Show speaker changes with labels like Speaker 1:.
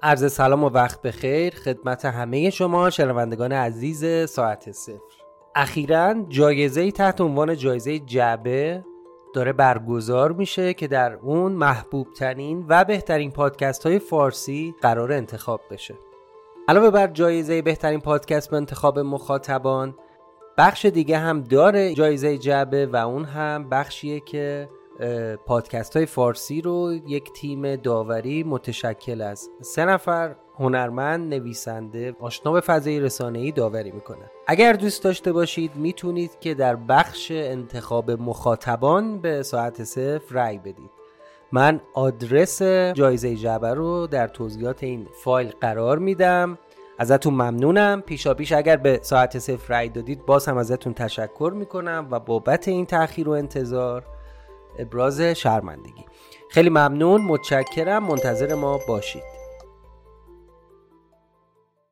Speaker 1: عرض سلام و وقت بخیر خدمت همه شما شنوندگان عزیز ساعت صفر. اخیراً جایزه‌ای تحت عنوان جایزه جعبه داره برگزار میشه که در اون محبوب ترین و بهترین پادکست های فارسی قرار انتخاب بشه. علاوه بر جایزه بهترین پادکست به انتخاب مخاطبان، بخش دیگه هم داره جایزه جعبه و اون هم بخشیه که پادکست های فارسی رو یک تیم داوری متشکل از 3 نفر هنرمند، نویسنده، آشنا به فضای رسانه‌ای داوری میکنه. اگر دوست داشته باشید میتونید که در بخش انتخاب مخاطبان به ساعت صفر رأی بدید. من آدرس جایزه جعبه رو در توضیحات این فایل قرار میدم. ازتون ممنونم. پیشاپیش اگر به ساعت صفر رأی دادید باز هم ازتون تشکر میکنم و بابت این تأخیر و انتظار ابراز شرمندگی. خیلی ممنون، متشکرم. منتظر ما باشید.